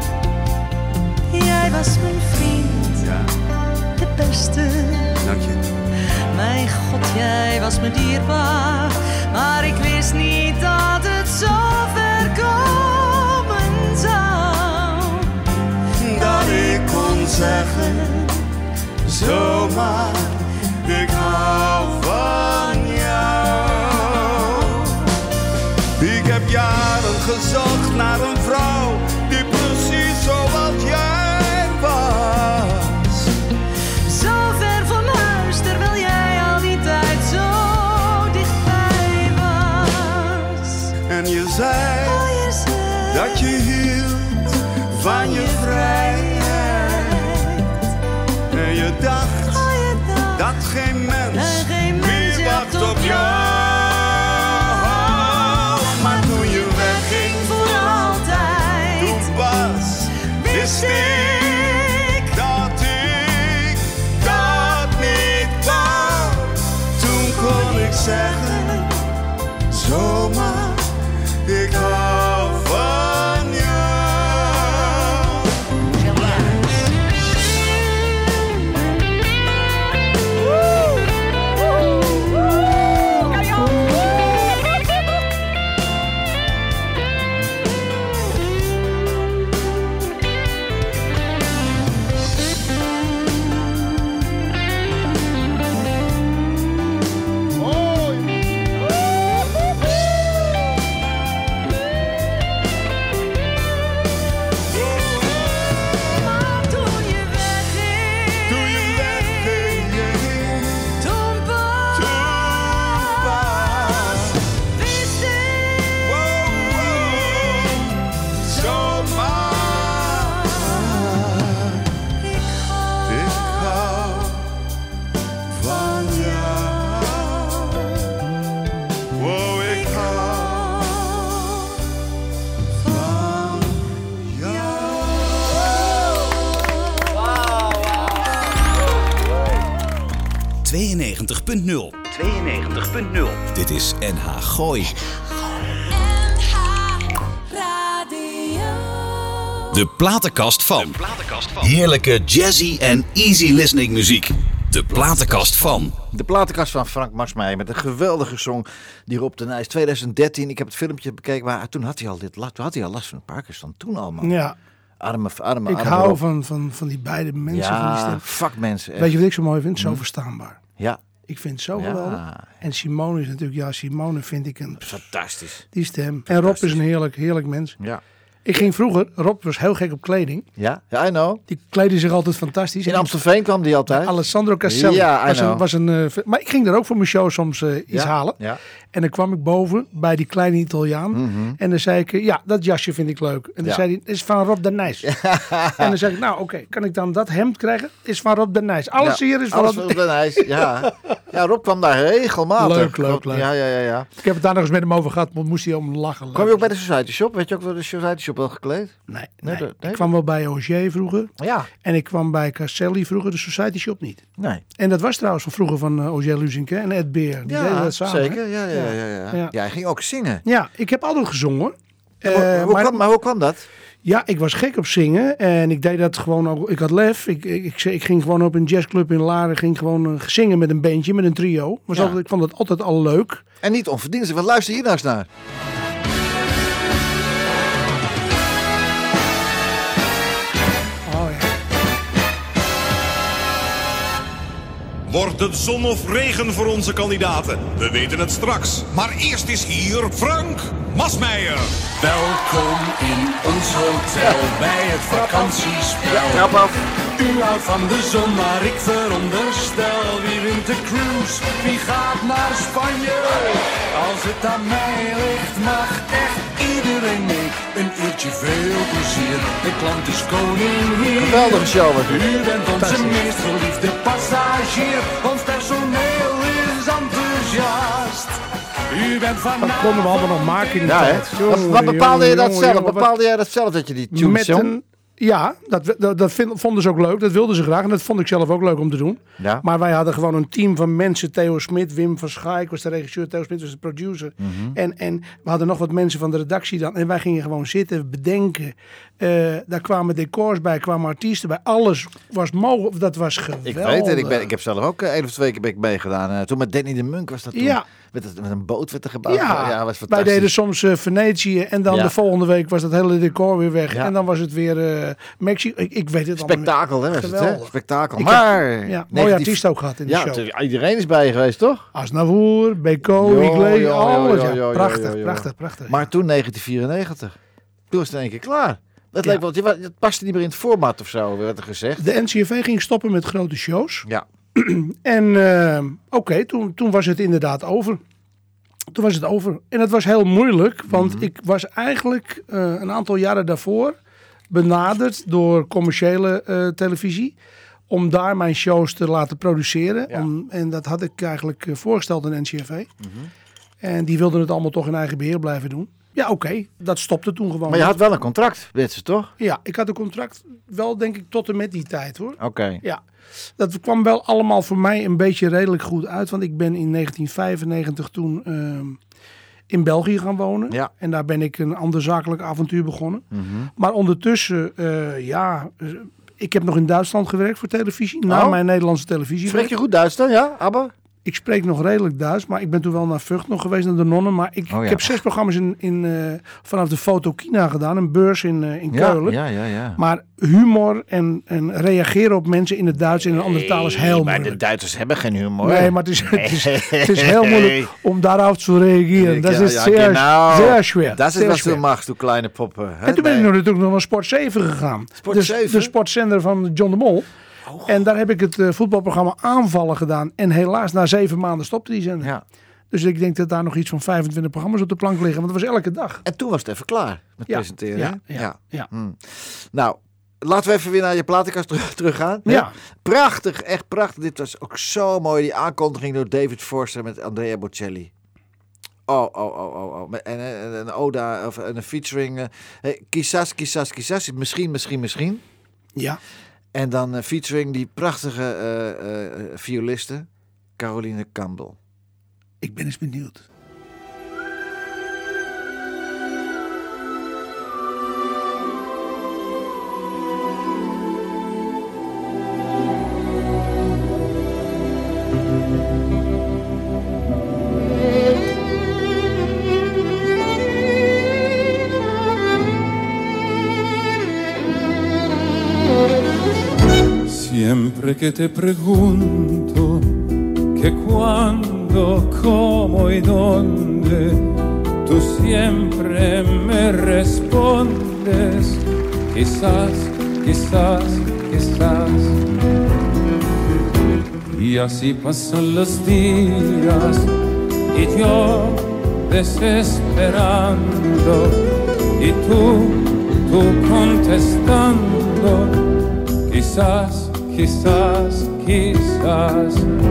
Jij was mijn vriend, Ja, de beste. dank je. Mijn God, jij was me dierbaar. Maar ik wist niet dat het zo ver komen zou. Dat ik kon zeggen, zomaar, ik hou van jou. Ik heb jaren gezocht naar een vrouw die precies zoals jij was. Zo ver van huis, terwijl jij al die tijd zo dichtbij was. En je zei Oh, je zei dat je hield van je vrijheid. En je dacht oh, je dacht dat geen mens en geen mens meer wacht jacht op jou. Maar toen je wegging voor altijd. toen pas wist ik dat niet wou. Toen kon ik zeggen, zomaar, ik hou van jou. 92.0. Dit is NH Gooi. De platenkast van. Heerlijke jazzy en easy listening muziek. De platenkast van. De platenkast van Frank Masmeijer met een geweldige song die Rob de Nijs 2013. Ik heb het filmpje bekeken, maar toen had hij al last van Parkinson. Toen al, man. Ja. Arme Ik hou van die beide mensen. Ja, van die stem. vakmensen. Echt. Weet je wat ik zo mooi vind? Zo verstaanbaar. Ja. Ik vind het zo geweldig. En Simone is natuurlijk, Simone vind ik een... Fantastisch. Die stem. En Rob is een heerlijk mens. Ja. Ik ging vroeger, Rob was heel gek op kleding. Ja, I know. Die kleedde zich altijd fantastisch. In Amstelveen kwam die altijd. Alessandro Caselli. Ja, maar ik ging daar ook voor mijn show soms iets halen. Ja. En dan kwam ik boven bij die kleine Italiaan. En dan zei ik, dat jasje vind ik leuk. En dan zei hij, is van Rob de Nijs. En dan zei ik, nou oké, kan ik dan dat hemd krijgen? Is van Rob de Nijs. Alles hier is van Rob de Nijs. Ja. Ja, Rob kwam daar regelmatig. Leuk. Ja. Ik heb het daar nog eens met hem over gehad, maar moest hij om lachen. Kwam je ook bij de Society Shop? Weet je ook wel de Society Shop wel gekleed? Nee. Nee? Ik kwam wel bij Auger vroeger. Ja. En ik kwam bij Caselli vroeger, de Society Shop niet. Nee. En dat was trouwens van vroeger van Auger Luzinke en Ed Beer. Die deden dat samen. Zeker. Ja. Ja, hij ging ook zingen. Ja, ik heb altijd gezongen. Hoe kwam dat? Ja, ik was gek op zingen en ik deed dat gewoon ook. Ik had lef. Ik ging gewoon op een jazzclub in Laren, ging gewoon zingen met een bandje, met een trio. Maar ik vond het altijd al leuk. En niet onverdienstelijk, want luister hier nou eens naar. Wordt het zon of regen voor onze kandidaten? We weten het straks. Maar eerst is hier Frank Masmeijer. Welkom in ons hotel bij het vakantiespel. Trap af. U houdt van de zon, maar ik veronderstel. Wie wint de cruise? Wie gaat naar Spanje? Als het aan mij ligt, mag echt iedereen mee. Een uurtje veel plezier, de klant is koning hier. Geweldige show. U bent onze meest geliefde passagier. Ons personeel is enthousiast. U bent van. Dat konden we allemaal nog maken in de tijd. Wat bepaalde je dat zelf? Bepaalde jij dat zelf dat je die tunes zong? Ja, dat vonden ze ook leuk. Dat wilden ze graag. En dat vond ik zelf ook leuk om te doen. Ja. Maar wij hadden gewoon een team van mensen. Theo Smit, Wim van Schaik was de regisseur. Theo Smit was de producer. En we hadden nog wat mensen van de redactie dan. En wij gingen gewoon zitten, bedenken. Daar kwamen decors bij, kwamen artiesten bij. Alles was mogelijk. Dat was geweldig. Ik weet het. Ik heb zelf ook 1 of 2 keer meegedaan. Toen met Danny de Munk was dat toen. Ja. Met een boot werd er gebouwd. Ja, was fantastisch. Wij deden soms Venetië en dan de volgende week was dat hele decor weer weg. Ja. En dan was het weer Mexico. Ik weet het Spektakel, allemaal. Spektakel, hè? Spektakel. Mooie artiest ook gehad in de show. Ja, iedereen is bij je geweest, toch? Asnavour, Beko, Iglesias, alles. Prachtig. Maar toen 1994. Toen was het in één keer klaar. Dat leek wel, het paste niet meer in het format of zo, werd er gezegd. De NCRV ging stoppen met grote shows. Ja. En toen was het inderdaad over. Toen was het over. En het was heel moeilijk, want ik was eigenlijk een aantal jaren daarvoor benaderd door commerciële televisie. Om daar mijn shows te laten produceren. Ja. En dat had ik eigenlijk voorgesteld aan NCRV. En die wilden het allemaal toch in eigen beheer blijven doen. Ja, oké. Dat stopte toen gewoon. Maar je had wel een contract, weet ze toch? Ja, ik had een contract wel denk ik tot en met die tijd hoor. Oké. Ja. Dat kwam wel allemaal voor mij een beetje redelijk goed uit. Want ik ben in 1995 toen in België gaan wonen. Ja. En daar ben ik een ander zakelijk avontuur begonnen. Maar ondertussen, ik heb nog in Duitsland gewerkt voor televisie. Na mijn Nederlandse televisie. Spreek je goed Duits dan, ja, Abba? Ik spreek nog redelijk Duits, maar ik ben toen wel naar Vught nog geweest, naar de Nonnen. Maar ik heb 6 programma's vanaf de Fotokina gedaan, een beurs in Keulen. Ja. Maar humor en reageren op mensen in het Duits en in een andere taal is heel moeilijk. Maar de Duitsers hebben geen humor. Nee, maar het is heel moeilijk om daarop te reageren. Dat is zeer schwer. Dat is wat je mag, toen kleine poppen. En toen ben ik natuurlijk nog naar Sport 7 gegaan. Sport 7? De sportzender van John de Mol. En daar heb ik het voetbalprogramma Aanvallen gedaan. En helaas na 7 maanden stopte die zender. Ja. Dus ik denk dat daar nog iets van 25 programma's op de plank liggen. Want dat was elke dag. En toen was het even klaar met presenteren. Ja. Nou, laten we even weer naar je platenkast terug gaan. Ja. Prachtig, echt prachtig. Dit was ook zo mooi. Die aankondiging door David Forster met Andrea Bocelli. Oh. En een Oda of een featuring. Quizás. Misschien. Ja. En dan featuring die prachtige violisten. Caroline Campbell. Ik ben eens benieuwd. Siempre que te pregunto que cuándo, cómo y dónde, tú siempre me respondes, quizás, quizás, quizás. Y así pasan los días y yo desesperando y tú contestando, quizás, quizás, quizás.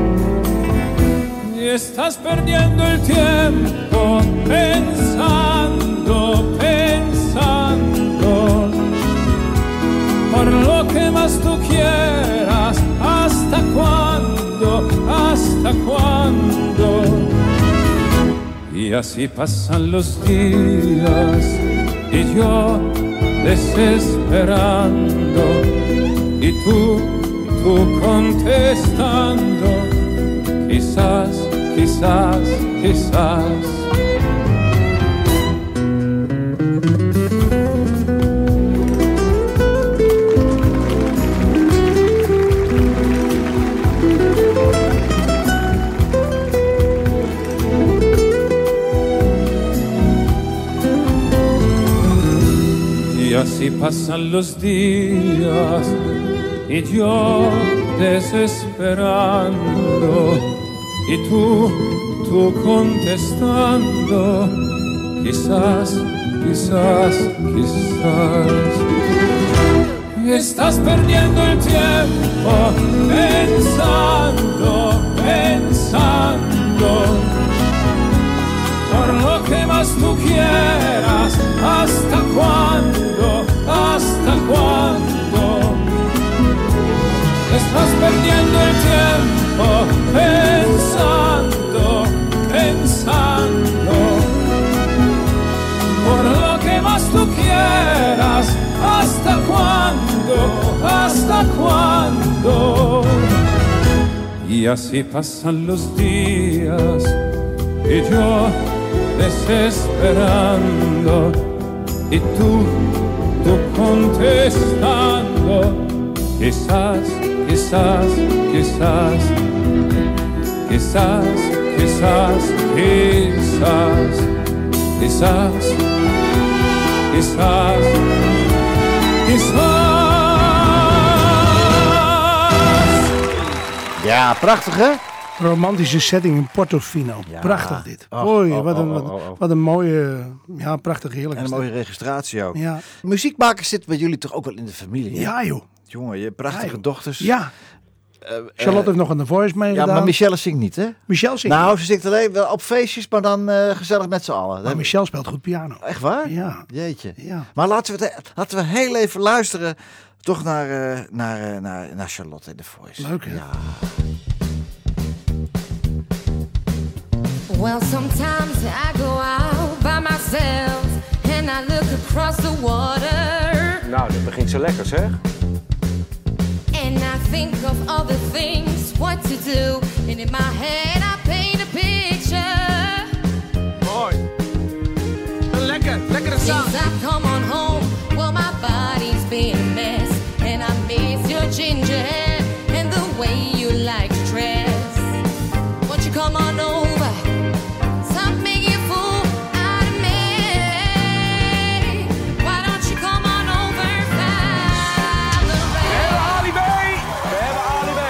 Y estás perdiendo el tiempo pensando, pensando, por lo que más tú quieras. ¿Hasta cuándo? ¿Hasta cuándo? Y así pasan los días y yo desesperando y tú contestando, quizás, quizás, quizás. Y así pasan los días y yo desesperando y tú contestando, quizás, quizás, quizás. Estás perdiendo el tiempo pensando, pensando, por lo que más tú quieras. ¿Hasta cuándo? ¿Hasta cuándo? Estás perdiendo el tiempo pensando, pensando, por lo que más tú quieras. ¿Hasta cuándo? ¿Hasta cuándo? Y así pasan los días y yo desesperando y tú contestando, quizás, quizás, quizás, quizás, quizás, quizás, quizás, quizás, quizás. Ja, prachtig hè? Romantische setting in Portofino. Ja. Prachtig dit. Oh, Oei, oh, wat een mooie, ja, prachtig heerlijk. En een mooie registratie ook. Ja. Muziekmakers zitten bij jullie toch ook wel in de familie? Hè? Ja joh. Jongen, je hebt prachtige dochters. Ja. Charlotte heeft nog aan The Voice meegedaan. Ja, maar Michelle zingt niet, hè? Michelle zingt Nou, ze zingt alleen wel op feestjes, maar dan gezellig met z'n allen. Maar Michelle speelt goed piano. Echt waar? Ja. Jeetje. Ja. Maar laten we heel even luisteren toch naar Charlotte in The Voice. Leuk, hè? Ja. Well, sometimes I go out by myself and I look across the water. Nou, dat begint zo lekker, zeg. And I think of all the things, what to do. And in my head I paint a picture. Mooi. Lekkere zang. Since I've come on home, well, my body's been a mess. And I miss your ginger hair and the way you like to dress. Won't you come on over? Stop making a fool out of me. Why don't you come on over, Valerie? We hebben Ali B. We hebben Ali B.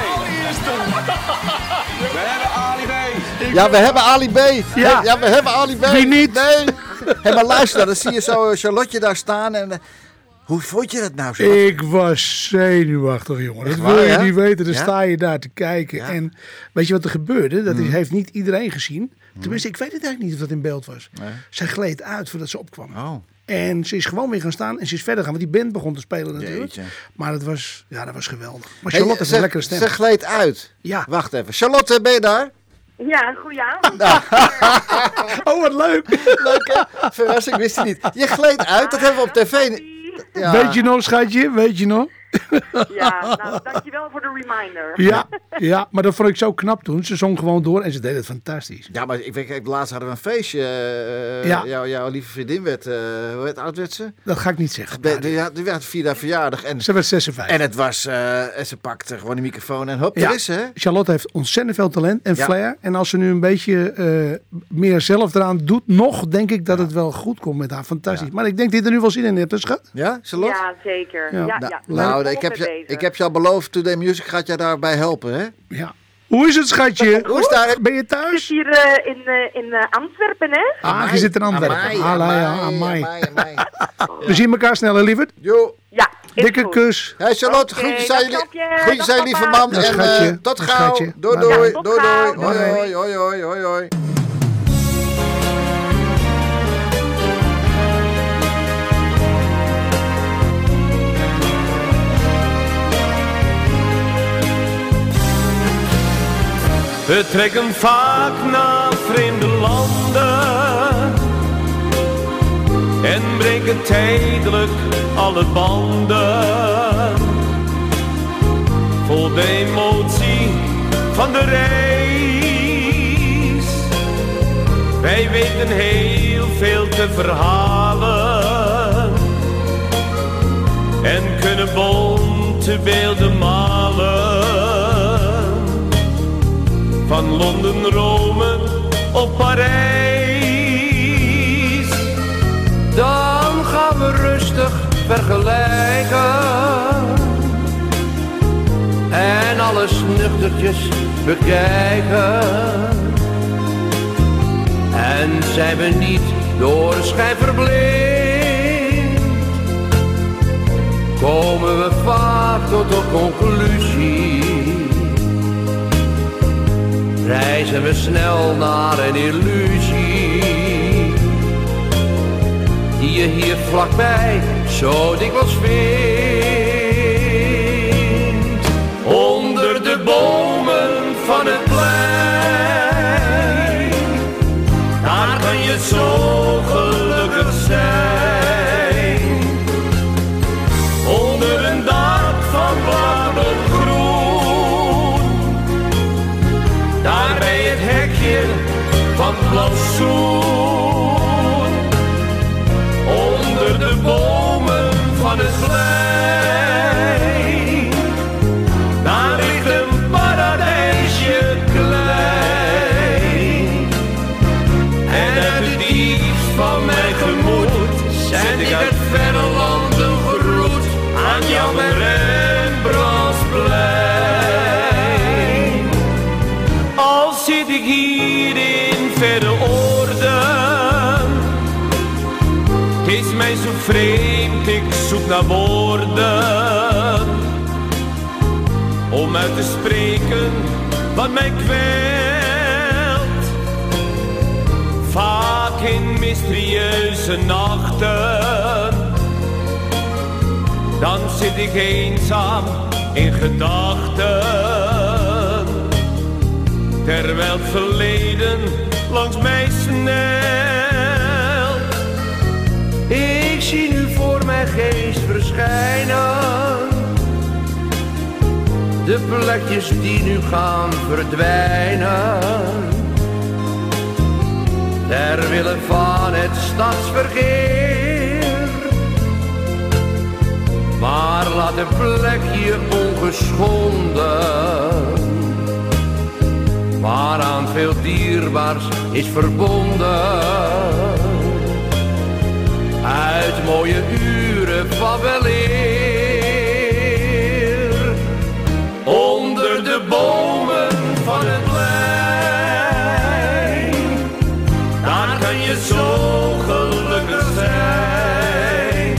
We hebben Ali B. Ja, we hebben Ali B. Ja, we hebben Ali B. Wie niet? Nee. Hé, maar luister, dan zie je zo Charlotte daar staan en... hoe vond je dat nou zo? Ik was zenuwachtig, jongen. Dat waar, wil je hè? niet weten. Dan Ja? sta je daar te kijken. Ja. En weet je wat er gebeurde? Dat heeft niet iedereen gezien. Tenminste, ik weet het eigenlijk niet of dat in beeld was. Nee. Zij gleed uit voordat ze opkwam. Oh. En ze is gewoon weer gaan staan en ze is verder gaan. Want die band begon te spelen natuurlijk. Jeetje. Maar dat was geweldig. Maar Charlotte heeft een lekkere stem. Ze gleed uit. Ja. Wacht even. Charlotte, ben je daar? Ja, goeie avond. Oh, wat leuk. Leuk hè? Verrassing, wist je niet. Je gleed uit, dat hebben we op tv. Ja. Weet je nog, schatje? Weet je nog? Ja, nou, dankjewel voor de reminder. Ja, maar dat vond ik zo knap toen. Ze zong gewoon door en ze deed het fantastisch. Ja, maar ik weet, laatst hadden we een feestje. Jouw lieve vriendin werd, hoe oud werd ze? Dat ga ik niet zeggen. Die werd 4 haar verjaardag. En, ze werd 56. En het was, ze pakte gewoon de microfoon en hop, er is ze. Hè? Charlotte heeft ontzettend veel talent en flair. En als ze nu een beetje meer zelf eraan doet, nog denk ik dat het wel goed komt met haar. Fantastisch. Ja. Maar ik denk dat je er nu wel zin in hebt, hè, schat? Ja, Charlotte? Ja, zeker. Ja. Nou, ik heb je al beloofd, Today Music gaat jij daarbij helpen, hè? Ja. Hoe is het, schatje? Hoe is het? Ben je thuis? Ik zit hier in Antwerpen, hè? Ah, je zit in Antwerpen. Amai. We zien elkaar snel, hè, lieverd? Jo. Ja, dikke goed. Kus. Hey Charlotte, groetjes aan je lieve man. En tot gauw. Doei. Hoi. We trekken vaak naar vreemde landen en breken tijdelijk alle banden. Vol de emotie van de reis. Wij weten heel veel te verhalen en kunnen bonte beelden malen. Van Londen, Rome op Parijs. Dan gaan we rustig vergelijken en alles nuchtertjes bekijken. En zijn we niet door de schijn verblind, komen we vaak tot de conclusie. Reizen we snel naar een illusie, die je hier vlakbij zo dikwijls vindt. Onder de bomen van het plein, daar kan je zo gelukkig zijn. Onder een dak van bladeren groen, daar bij het hekje van plantsoen. Onder de bomen van het plein, daar ligt een paradijsje klein. En uit het diepst van mijn gemoed zend ik uit verre landen groet aan jou mijn Rembrandtsplein. Al zit ik hier in verre oorden, het is mij zo vreemd, ik zoek naar woorden om uit te spreken wat mij kwelt. Vaak in mysterieuze nachten, dan zit ik eenzaam in gedachten, terwijl het verleden langs mij snelt. Ik zie nu voor mijn geest verschijnen de plekjes die nu gaan verdwijnen, ter wille van het stadsverkeer. Maar laat de plekje ongeschonden, waaraan veel dierbaars is verbonden, uit mooie uren van weleer. Onder de bomen van het plein, daar kan je zo gelukkig zijn.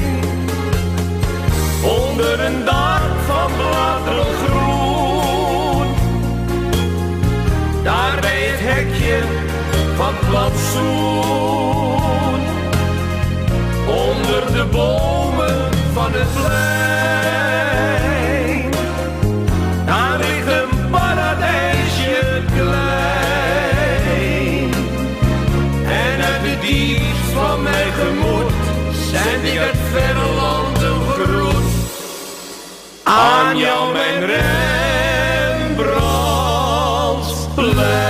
Onder een dak van bladeren groen, daar bij het hekje van plantsoen. diepst van mijn gemoed zend ik uit verre landen groet aan jou, mijn Rembrandtsplein.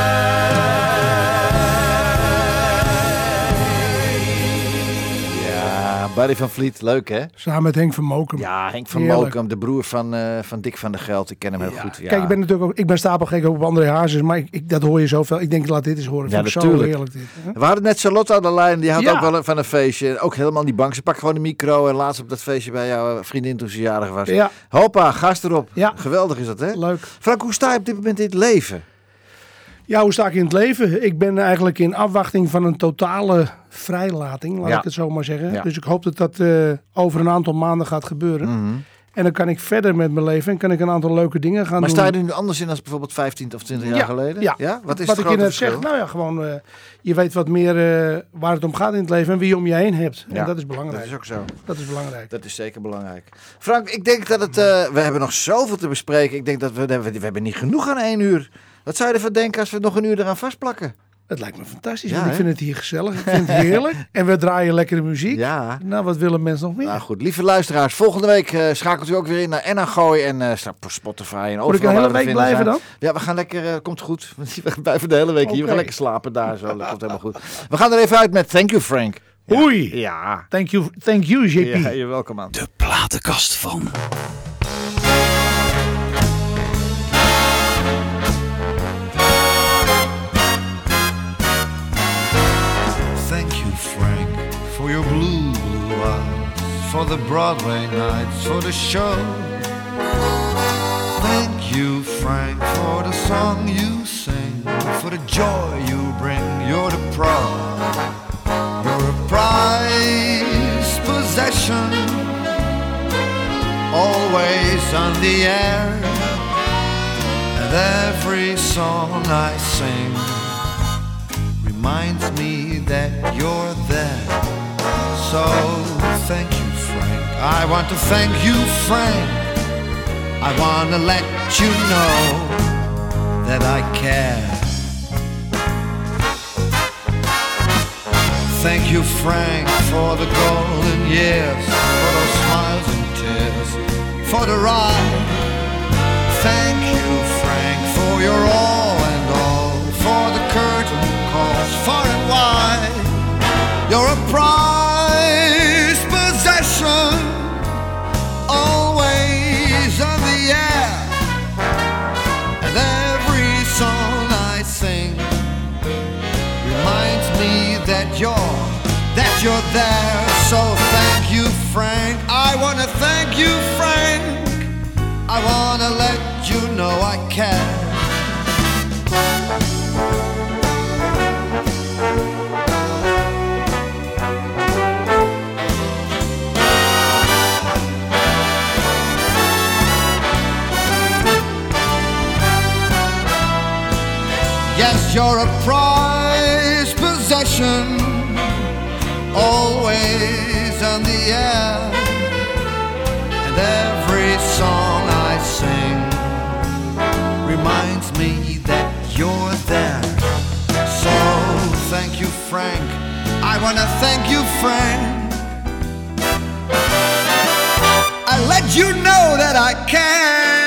Barry van Vliet, leuk hè? Samen met Henk van Mokum. Ja, Henk van Heerlijk. Mokum, de broer van Dick van der Geld. Ik ken hem heel goed. Ja. Kijk, ik ben natuurlijk ook, ik ben stapelgek op André Hazes, maar dat hoor je zoveel. Ik denk, laat dit eens horen. Ja, Vind ik natuurlijk. zo heerlijk dit. Hè? We hadden net Charlotte aan de lijn, die had ook wel van een feestje. Ook helemaal niet bang. Ze pakt gewoon de micro en laatst op dat feestje bij jouw vriendin toen ze jarig was. Ja. Hoppa, gast erop. Ja. Geweldig is dat hè? Leuk. Frank, hoe sta je op dit moment in het leven? Ja, hoe sta ik in het leven? Ik ben eigenlijk in afwachting van een totale vrijlating, laat ik het zo maar zeggen. Ja. Dus ik hoop dat dat over een aantal maanden gaat gebeuren. Mm-hmm. En dan kan ik verder met mijn leven en kan ik een aantal leuke dingen gaan doen. Maar sta je er nu anders in dan bijvoorbeeld 15 of 20 jaar geleden? Ja. Wat is wat het ik je grote net verschil? zeg, nou ja, gewoon je weet wat meer waar het om gaat in het leven en wie je om je heen hebt. Ja, En dat is belangrijk. Dat is ook zo. Dat is belangrijk. Dat is zeker belangrijk. Frank, ik denk dat het... we hebben nog zoveel te bespreken. Ik denk dat we hebben niet genoeg aan 1 uur. Wat zou je ervan denken als we nog een uur eraan vastplakken? Het lijkt me fantastisch, Ja, want ik hè? vind het hier gezellig. Ik vind het heerlijk. En we draaien lekkere muziek. Ja. Nou, wat willen mensen nog meer? Nou goed, lieve luisteraars. Volgende week schakelt u ook weer in naar Enna Gooi en straks op Spotify. En Moet ik een hele week blijven dan? Ja, we gaan lekker... komt goed. We blijven de hele week hier. We gaan lekker slapen daar. Zo. Dat komt helemaal goed. We gaan er even uit met Thank You Frank. Ja. Oei. Ja. Thank you, JP. Ja, you're welcome man. De platenkast van... Thank you, Frank, for your blue, blue eyes, for the Broadway nights, for the show. Thank you, Frank, for the song you sing, for the joy you bring. You're the pro. You're a prized possession, always on the air. And every song I sing reminds me that you're there. So thank you, Frank. I want to thank you, Frank. I want to let you know that I care. Thank you, Frank, for the golden years, for those smiles and tears, for the ride. Thank you, Frank, for your all and all, for the curtain calls far and wide. You're a prized possession, always on the air. And every song I sing reminds me that you're there. So thank you, Frank. I wanna thank you, Frank. I wanna let you know I care. Yes, you're a prized possession, always on the air. And every song I sing reminds me that you're there. So thank you, Frank. I wanna thank you, Frank. I let you know that I care.